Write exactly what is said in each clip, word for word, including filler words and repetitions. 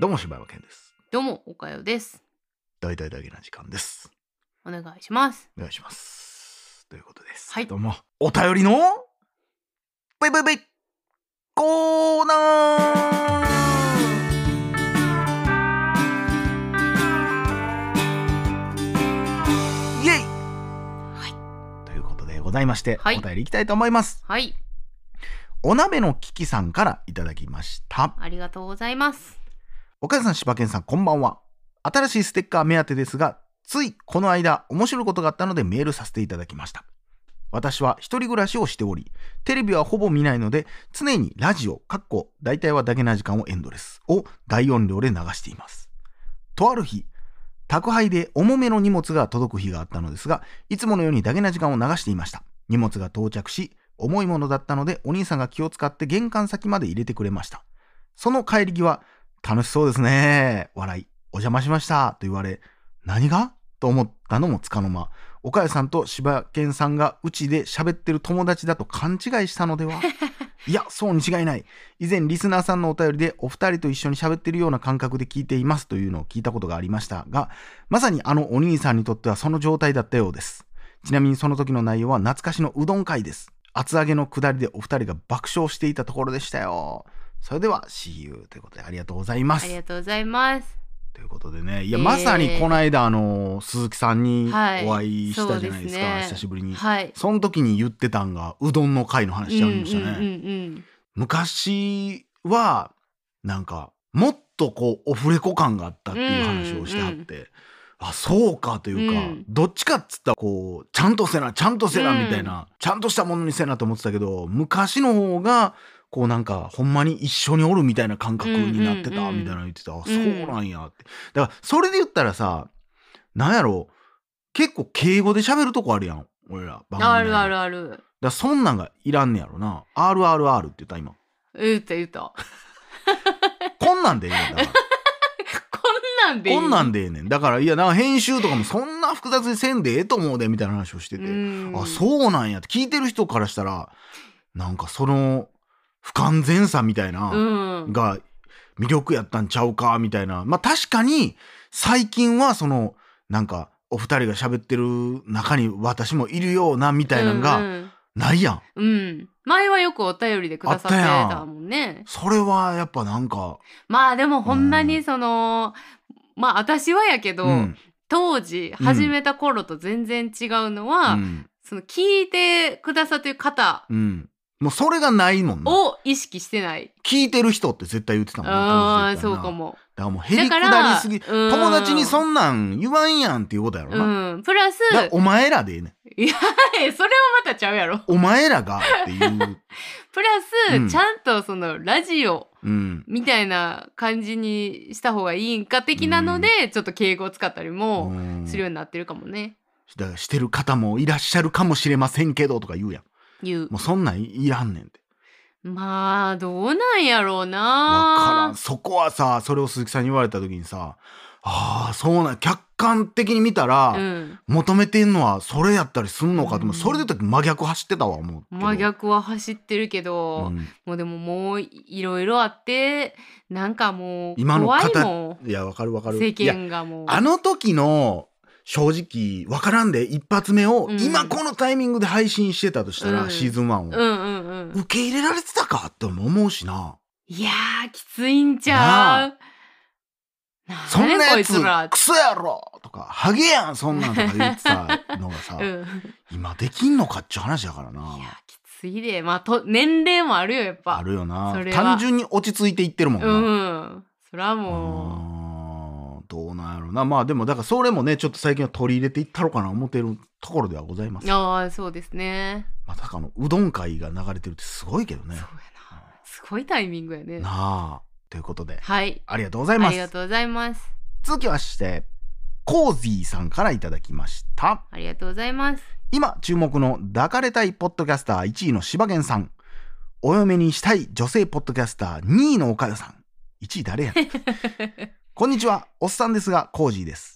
どうも柴山健です。 どうもおかよです。 大々だけな時間です。 お願いします。 お願いします。ということです。 はい。 どうもお便りのバイバイバイコーナー。イエイ。はい。ということでございまして、はい、お便りいきたいと思います。 はい。 お鍋のキキさんからいただきました。 ありがとうございます。 岡田さん、柴犬さん、こんばんは。新しいステッカー目当てですが、ついこの間面白いことがあったのでメールさせていただきました。私は一人暮らしをしており、テレビはほぼ見ないので、常にラジオ、かっこ大体はだけな時間をエンドレスを大音量で流しています。とある日、宅配で重めの荷物が届く日があったのですが、いつものようにだけな時間を流していました。荷物が到着し、重いものだったのでお兄さんが気を使って玄関先まで入れてくれました。その帰り際、楽しそうですね。笑い、お邪魔しましたと言われ、何がと思ったのもつかの間、岡谷さんと柴犬さんがうちで喋ってる友達だと勘違いしたのでは。いや、そうに違いない。以前リスナーさんのお便りでお二人と一緒に喋ってるような感覚で聞いていますというのを聞いたことがありましたが、まさにあのお兄さんにとってはその状態だったようです。ちなみにその時の内容は懐かしのうどん会です。厚揚げの下りでお二人が爆笑していたところでしたよ。それでは See you ということでありがとうございます。 ありがとうございます。 ということでね、いや、えー、まさにこの間あの鈴木さんにお会いしたじゃないですか、はい、久しぶりに、はい、その時に言ってたんがうどんの会の話しちゃいましたね、うんうんうんうん、昔はなんかもっとこうオフレコ感があったっていう話をしてはって、うんうんうん、あ、そうかというか、うん、どっちかっつったらこうちゃんとせなちゃんとせなみたいな、うん、ちゃんとしたものにせなと思ってたけど、昔の方がこうなんかほんまに一緒におるみたいな感覚になってたみたいなの言ってた、うんうんうん、あ、そうなんやって。だからそれで言ったらさ、なんやろ、結構敬語で喋るとこあるやん、俺ら番組。 あるあるある。だからそんなんがいらんねやろな。 アールアールアール って言った今。 言った言ったこんなんでいいねんだからこんなんでいい、 こんなんでええねん。だからいや、なんか編集とかもそんな複雑にせんでええと思うでみたいな話をしてて、あ、そうなんやって聞いてる人からしたら、なんかその不完全さみたいな、うん、が魅力やったんちゃうかみたいな。まあ確かに最近はそのなんかお二人が喋ってる中に私もいるようなみたいなのがないやん、 うんうん、前はよくお便りでくださってたもんね。 それはやっぱなんか、 まあでもほんまにその、うん、まあ私はやけど、うん、当時始めた頃と全然違うのは、うん、その聞いてくださってる方、うん、 もうそれがないもんな。 を意識してない。 聞いてる人って絶対言ってたもんな。 ああ、そうかも。 だからもうへりくだりすぎ、友達にそんなん言わんやんっていうことやろな。 うん。プラス、 お前らでね。 いや、それはまたちゃうやろ。 お前らがっていう。 プラス、うん、ちゃんとそのラジオみたいな感じにした方がいいんか的なので、うん、ちょっと敬語を使ったりもするようになってるかもね。 だからしてる方もいらっしゃるかもしれませんけどとか言うやん。 言う。 もうそんなんいらんねんって。 まあどうなんやろうな。 わからん。そこはさ、それを鈴木さんに言われた時にさ、ああそうなん、客観的に見たら、うん、求めてんのはそれやったりすんのかと、うん、それで言ったら真逆走ってたわ思うけど。 真逆は走ってるけど、うん、もうでももういろいろあってなんかもう怖いもん。 いやわかるわかる。 世間がもうあの時の正直分からんで一発目を、うん、今このタイミングで配信してたとしたら、うん、シーズンワンを、うんうんうん、受け入れられてたかって思うしな。 いやーきついんちゃう。 そんなやつクソやろとかハゲやんそんなんとか言ってたのがさ、うん、今できんのかっちゅう話だからな。 いやきついで、まあと年齢もあるよやっぱ。 あるよな。単純に落ち着いていってるもんな。 うん、それはもうどうなんやろな。まあでもだからそれもねちょっと最近は取り入れていったろうかな思ってるところではございます。 ああそうですね。 まさかのうどん会が流れてるってすごいけどね。 そうやな、すごいタイミングやね。 なあということで、 はい、 ありがとうございます。 ありがとうございます。 続きましてコージーさんからいただきました。 ありがとうございます。 今注目の抱かれたいポッドキャスターいちいの柴犬さん、お嫁にしたい女性ポッドキャスターにいのおかよさん、いちい誰やねんこんにちは、おっさんですがコージーです。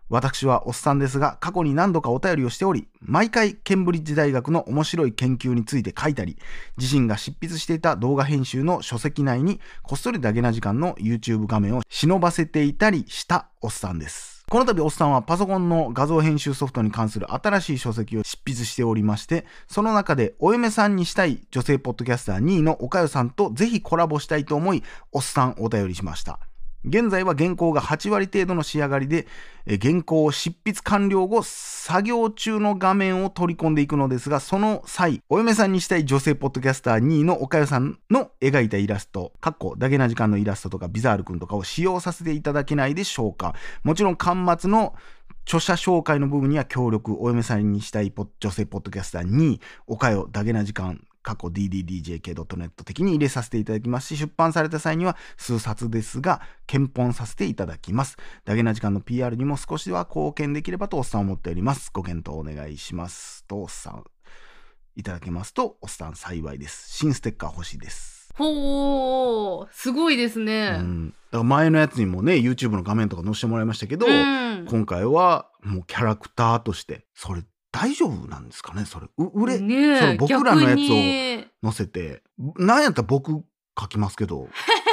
私はおっさんですが過去に何度かお便りをしており、毎回ケンブリッジ大学の面白い研究について書いたり、自身が執筆していた動画編集の書籍内にこっそりダゲな時間の YouTube 画面を忍ばせていたりしたおっさんです。この度おっさんはパソコンの画像編集ソフトに関する新しい書籍を執筆しておりまして、その中でお嫁さんにしたい女性ポッドキャスターにいのおかよさんとぜひコラボしたいと思い、おっさんお便りしました。現在は原稿がはちわり程度の仕上がりで、え原稿を執筆完了後作業中の画面を取り込んでいくのですが、その際お嫁さんにしたい女性ポッドキャスターにいのおかよさんの描いたイラストかっこダゲな時間のイラストとかビザールくんとかを使用させていただけないでしょうか。もちろん巻末の著者紹介の部分には協力、お嫁さんにしたい女性ポッドキャスターにおかよダゲな時間過去 ディーディーディージェーケードットネット 的に入れさせていただきますし、出版された際には数冊ですが検本させていただきます。ダゲな時間の ピーアール にも少しは貢献できればとおっさん思っております。ご検討お願いしますとおっさんいただけますとおっさん幸いです。新ステッカー欲しいです。 ほー、すごいですね。 うん、だから前のやつにもね YouTube の画面とか載せてもらいましたけど、 うん、 今回はもうキャラクターとしてそれ大丈夫なんですかね。それう売れ、 ね、 その僕らのやつを載せて、なんやったら僕書きますけど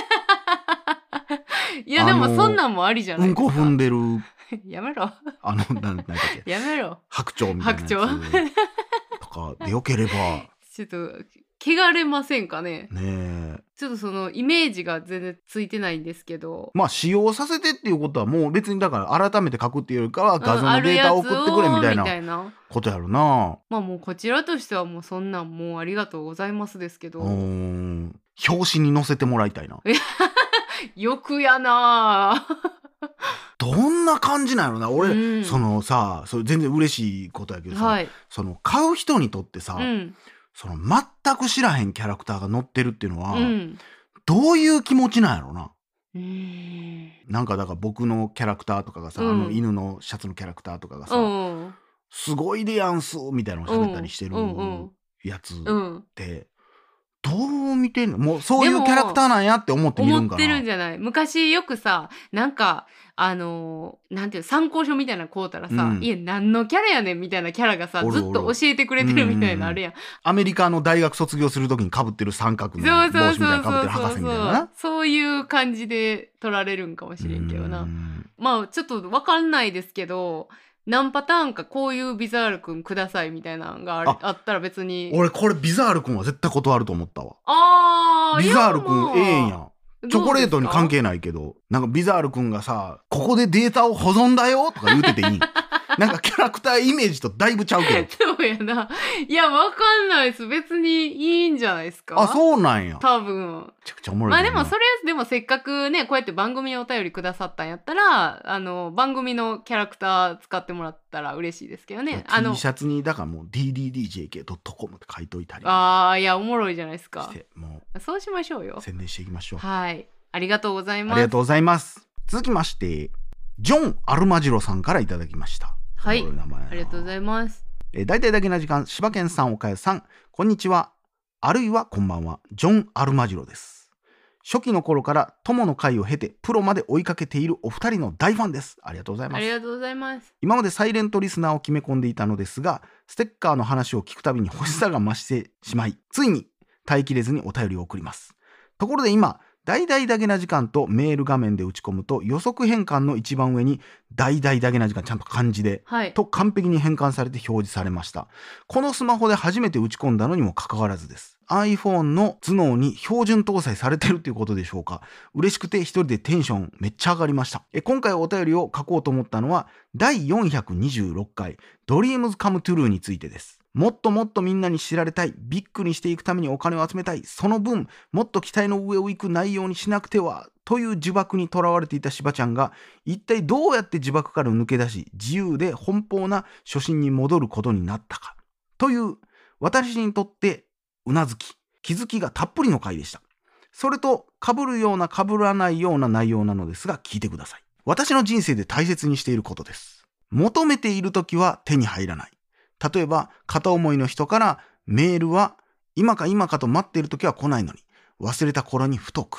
いやでもそんなんもありじゃないですか。 うんこ踏んでるやめろあのなんだっけやめろ白鳥みたいなやつとかでよければちょっと汚れませんかね。 ねえ、 ちょっとそのイメージが全然ついてないんですけど、 まあ使用させてっていうことはもう別にだから改めて書くっていうよりかは画像のデータを送ってくれみたいなことやるな。 まあもうこちらとしてはもうそんなんもうありがとうございますですけど、 うーん表紙に載せてもらいたいなよくやなどんな感じなのな俺、うん、そのさそれ全然嬉しいことやけどさ、はい、その買う人にとってさ、うん、その全く知らへんキャラクターが載ってるっていうのは、うん、どういう気持ちなんやろな。うーんなんかだから僕のキャラクターとかがさ、うん、あの犬のシャツのキャラクターとかがさ、うん、すごいでやんすみたいなのを喋ったりしてるやつって、うんうんどう見てんの？もうそういうキャラクターなんやって思って見るんかな。思ってるんじゃない。昔よくさなんかあのー、なんていう参考書みたいなの買うたらさ、うん、いや何のキャラやねんみたいなキャラがさずっと教えてくれてるみたいなのあるやん。 アメリカの大学卒業する時に被ってる三角の帽子みたいな被ってる博士みたいなな。 そういう感じで取られるんかもしれんけどな。まあちょっと分かんないですけど何パターンかこういうビザールくんくださいみたいなのが あ, あ, あったら別に俺これビザールくんは絶対断ると思ったわ。 あビザールくんええんや。チョコレートに関係ないけどなんかビザールくんがさここでデータを保存だよとか言うてていいなんかキャラクターイメージとだいぶちゃうけどそうやないやわかんないです別にいいんじゃないですか。 あそうなんや。 多分めちゃくちゃおもろい。 まあでもそれでもせっかくねこうやって番組にお便りくださったんやったらあの番組のキャラクター使ってもらったら嬉しいですけどね。 あの T シャツにだからもう ディーディーディージェーケードットコム って書いといたりああいやおもろいじゃないですか。 してもうそうしましょうよ。 宣伝していきましょう。 はいありがとうございます。 ありがとうございます。続きましてジョン・アルマジロさんからいただきました。 はい、ありがとうございます。 えー、大体だけな時間、柴犬さん、岡谷さん、こんにちは。あるいはこんばんは。ジョン・アルマジロです。初期の頃から友の会を経てプロまで追いかけているお二人の大ファンです。ありがとうございます。 ありがとうございます。 今までサイレントリスナーを決め込んでいたのですが、ステッカーの話を聞くたびに欲しさが増してしまい、ついに耐えきれずにお便りを送ります。ところで今、大々だけな時間とメール画面で打ち込むと予測変換の一番上に大々だけな時間ちゃんと漢字で、はい、と完璧に変換されて表示されました。このスマホで初めて打ち込んだのにもかかわらずです。 iPhone の頭脳に標準搭載されてるっていうことでしょうか。嬉しくて一人でテンションめっちゃ上がりました。え今回お便りを書こうと思ったのはだいよんひゃくにじゅうろっかい Dreams Come True についてです。もっともっとみんなに知られたい、ビッグにしていくためにお金を集めたい、その分もっと期待の上を行く内容にしなくてはという呪縛にとらわれていたしばちゃんが一体どうやって呪縛から抜け出し自由で奔放な初心に戻ることになったかという私にとってうなずき気づきがたっぷりの回でした。それと被るような被らないような内容なのですが聞いてください。私の人生で大切にしていることです。求めているときは手に入らない。例えば片思いの人からメールは今か今かと待っているときは来ないのに忘れた頃にふと来る。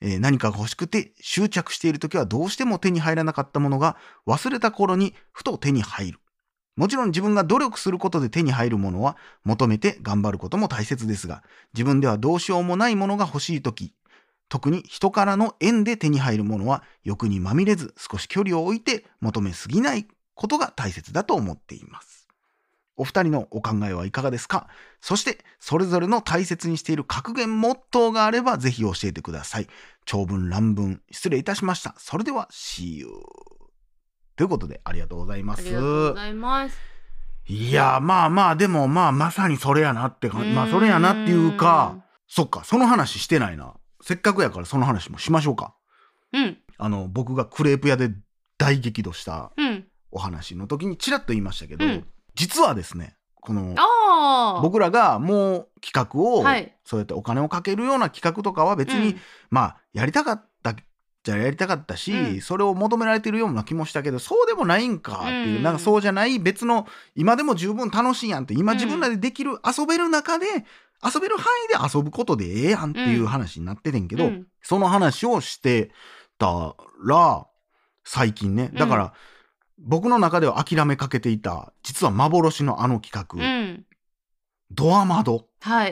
えー何かが欲しくて執着しているときはどうしても手に入らなかったものが忘れた頃にふと手に入る。もちろん自分が努力することで手に入るものは求めて頑張ることも大切ですが、自分ではどうしようもないものが欲しいとき、特に人からの縁で手に入るものは欲にまみれず少し距離を置いて求めすぎないことが大切だと思っています。お二人のお考えはいかがですか？そしてそれぞれの大切にしている格言モットーがあればぜひ教えてください。長文乱文失礼いたしました。それでは See you ということでありがとうございます。 ありがとうございます。 いやまあまあでもまあまさにそれやなってかまあそれやなっていうか、そっかその話してないな。せっかくやからその話もしましょうか。 うん。 あの僕がクレープ屋で大激怒したうん。 お話の時にちらっと言いましたけど、 うん実はですねこのああ。 僕らがもう企画を、 はい。 そうやってお金をかけるような企画とかは別に、 うんまあやりたかったじゃあやりたかったし、 うんそれを求められてるような気もしたけどそうでもないんかっていう、 うんなんかそうじゃない別の今でも十分楽しいやんって今うん自分らでできる、遊べる中で遊べる範囲で遊ぶことでええやんっていう話になっててんけど、 うんその話をしてたら最近ねだから、僕の中では諦めかけていた実は幻のあの企画、 うん。 ドア窓はい。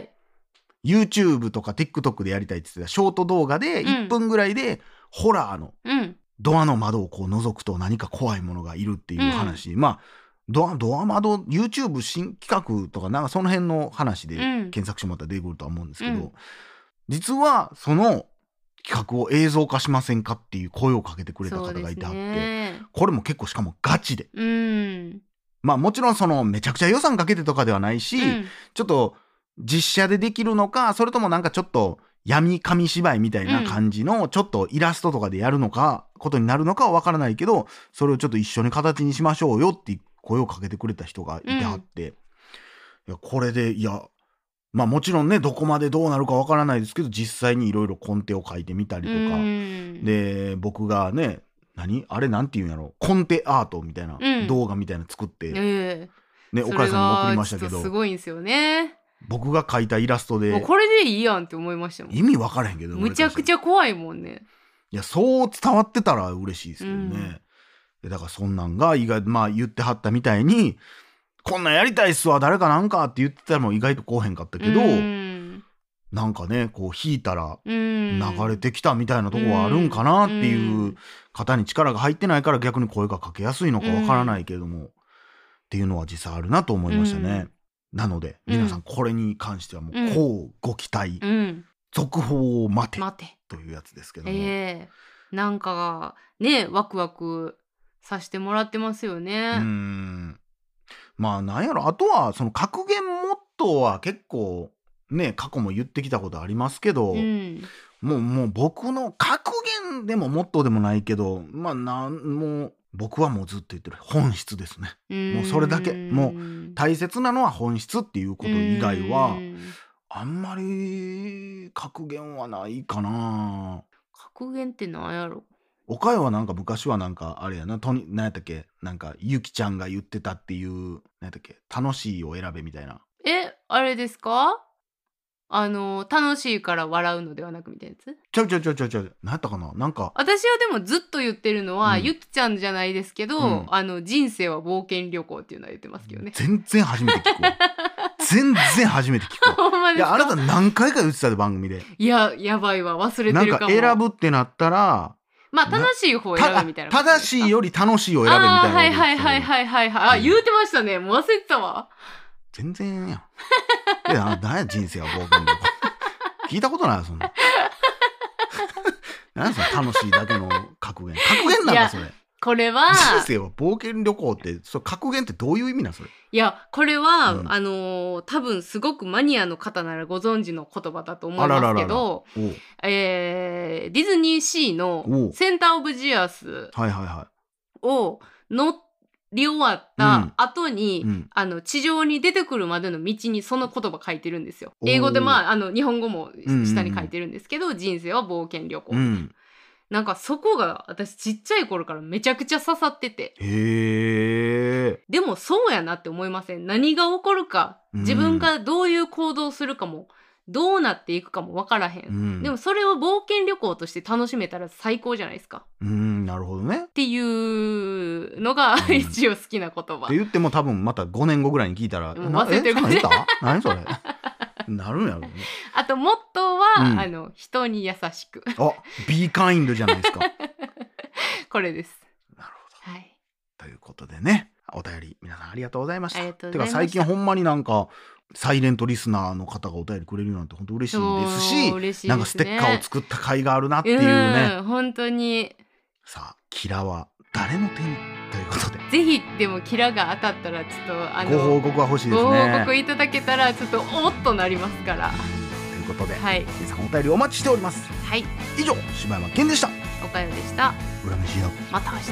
YouTube とか TikTok でやりたいって言ってたショート動画でうんいっぷんぐらいでホラーのうん。 ドアの窓をこう覗くと何か怖いものがいるっていう話、まあドア、ドア窓 YouTube 新企画とかなんかその辺の話でうん検索してもらったら出てくるとは思うんですけど、 うん実はその企画を映像化しませんかっていう声をかけてくれた方がいてはって、 ね、 これも結構しかもガチで、 うん、 まあもちろんそのめちゃくちゃ予算かけてとかではないし、 うん、 ちょっと実写でできるのかそれともなんかちょっと闇紙芝居みたいな感じのちょっとイラストとかでやるのかことになるのかは分からないけど、それをちょっと一緒に形にしましょうよって声をかけてくれた人がいてはって、うん、いやこれでいやまあもちろんねどこまでどうなるか分からないですけど実際にいろいろコンテを書いてみたりとか、うん、で僕がね何あれなんていうんやろコンテアートみたいな、うん、動画みたいなの作って、えー、ね岡谷さんにも送りましたけどすごいんですよね。 僕が描いたイラストでもうこれでいいやんって思いましたもん。 意味分からへんけどむちゃくちゃ怖いもんね。 いやそう伝わってたら嬉しいですけどね、うん、だからそんなんが意外まあ言ってはったみたいにこんなんやりたいっすわ誰かなんかって言ってたらもう意外とこうへんかったけど、うん、なんかねこう弾いたら流れてきたみたいなとこはあるんかなっていう方に力が入ってないから逆に声がかけやすいのかわからないけども、うん、っていうのは実際あるなと思いましたね、うん、なので皆さんこれに関してはもうこうご期待、うん、続報を待て、待てというやつですけども、 えー、なんかねワクワクさせてもらってますよね。 うーんまあなんやろあとはその格言モットーは結構ね過去も言ってきたことありますけど、うん、もうもう僕の格言でもモットーでもないけどまあなんもう僕はもうずっと言ってる本質ですね。もうそれだけもう大切なのは本質っていうこと以外はあんまり格言はないかな。 格言ってなんやろ。 岡谷はなんか昔はなんかあれやなとに何やったっけなんかゆきちゃんが言ってたっていう何やったっけ楽しいを選べみたいな。 えあれですかあの楽しいから笑うのではなくみたいなやつ。 ちゃうちゃうちゃうちゃうちゃう何やったかななんか私はでもずっと言ってるのは、うん、ゆきちゃんじゃないですけど、うん、あの人生は冒険旅行っていうのは言ってますけどね。 全然初めて聞く全然初めて聞くいやあなた何回か言ってたで番組で。 いややばいわ忘れてるかも。 なんか選ぶってなったらまあ楽しい方を選ぶみたいな。 正しいより楽しいを選べみたいな。 あはいはいはいはいはいはい。あ、言うてましたね。もう忘れてたわ。 全然やん。いや何や人生は冒険旅行。聞いたことないよそんな。何やその楽しいだけの格言。格言なんだそれ。 これは人生は冒険旅行ってそれ格言ってどういう意味なんそれ。 いやこれは、うん、あのー、多分すごくマニアの方ならご存知の言葉だと思いますけど、えー、ディズニーシーのセンターオブジアスを乗り終わった後に、うんうん、あの地上に出てくるまでの道にその言葉書いてるんですよ。英語でまああの日本語も下に書いてるんですけど、うんうんうん、人生は冒険旅行、うんなんかそこが私ちっちゃい頃からめちゃくちゃ刺さってて。へー。でもそうやなって思いません？何が起こるか自分がどういう行動をするかもどうなっていくかも分からへん、うん、でもそれを冒険旅行として楽しめたら最高じゃないですか。 うん、なるほどね。 っていうのが、うん、一応好きな言葉って言っても多分またごねんごぐらいに聞いたら忘れてるかもしれない。 何それなるんやろうね。 あとモットーは、うん、あの人に優しくあ、be kind じゃないですかこれです。 なるほど、 はい、 ということでね、お便り皆さんありがとうございました。 ありがとうございました。 てか最近ほんまになんかサイレントリスナーの方がお便りくれるなんて本当嬉しいですし、 嬉しいですね。 なんかステッカーを作った甲斐があるなっていうね。 うん、本当に。 さあ、キラは誰の手にということで、 ぜひでもキラが当たったらちょっとあのご報告は欲しいですね。 ご報告いただけたらちょっとおっとなりますから。 ということで、 はい、 皆さんお便りお待ちしております。 はい。 以上、柴山健でした。 岡代でした。 裏飯屋、 また明日。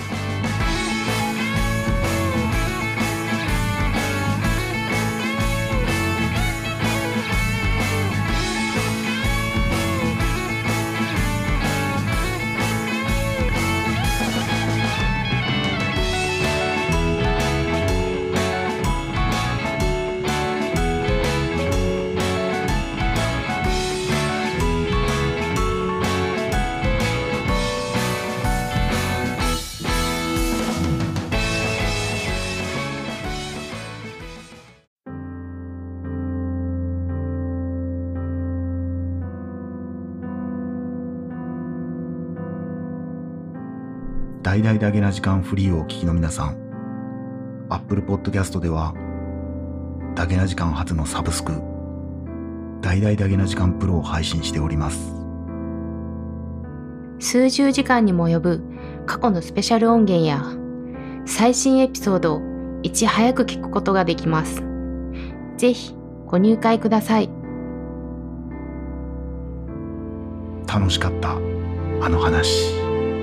大々だけな時間フリーをお聞きの皆さん、Apple Podcast ではだけな時間初のサブスク、大々だけな時間プロを配信しております。 数十時間にも及ぶ過去のスペシャル音源や最新エピソードをいち早く聞くことができます。ぜひご入会ください。 楽しかったあの話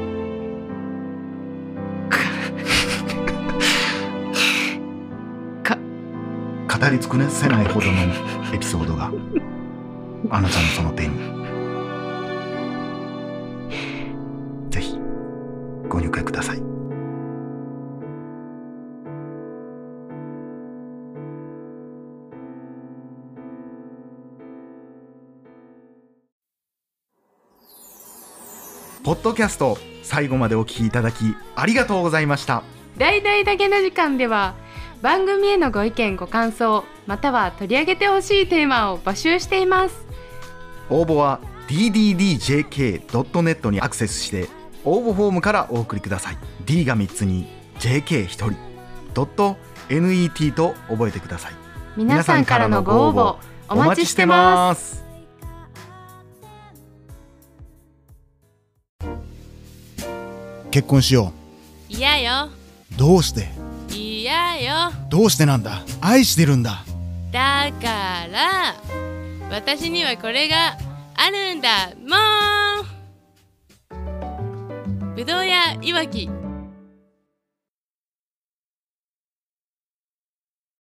語り尽くせないほどのエピソードがあなたのその手に。ぜひご入会ください。ポッドキャスト、最後までお聞きいただきありがとうございました。 大々だけな時間では番組へのご意見ご感想、または取り上げてほしいテーマを募集しています。 応募は ディーディーディージェーケードットネット にアクセスして応募フォームからお送りください。 D がみっつに ジェーケーひとり ドット ネット と覚えてください。 皆さんからのご応募お待ちしてます。 結婚しよう。嫌よ。 どうして？ 嫌よ。 どうしてなんだ？愛してるんだ。 だから私にはこれがあるんだもん。ぶどうやいわき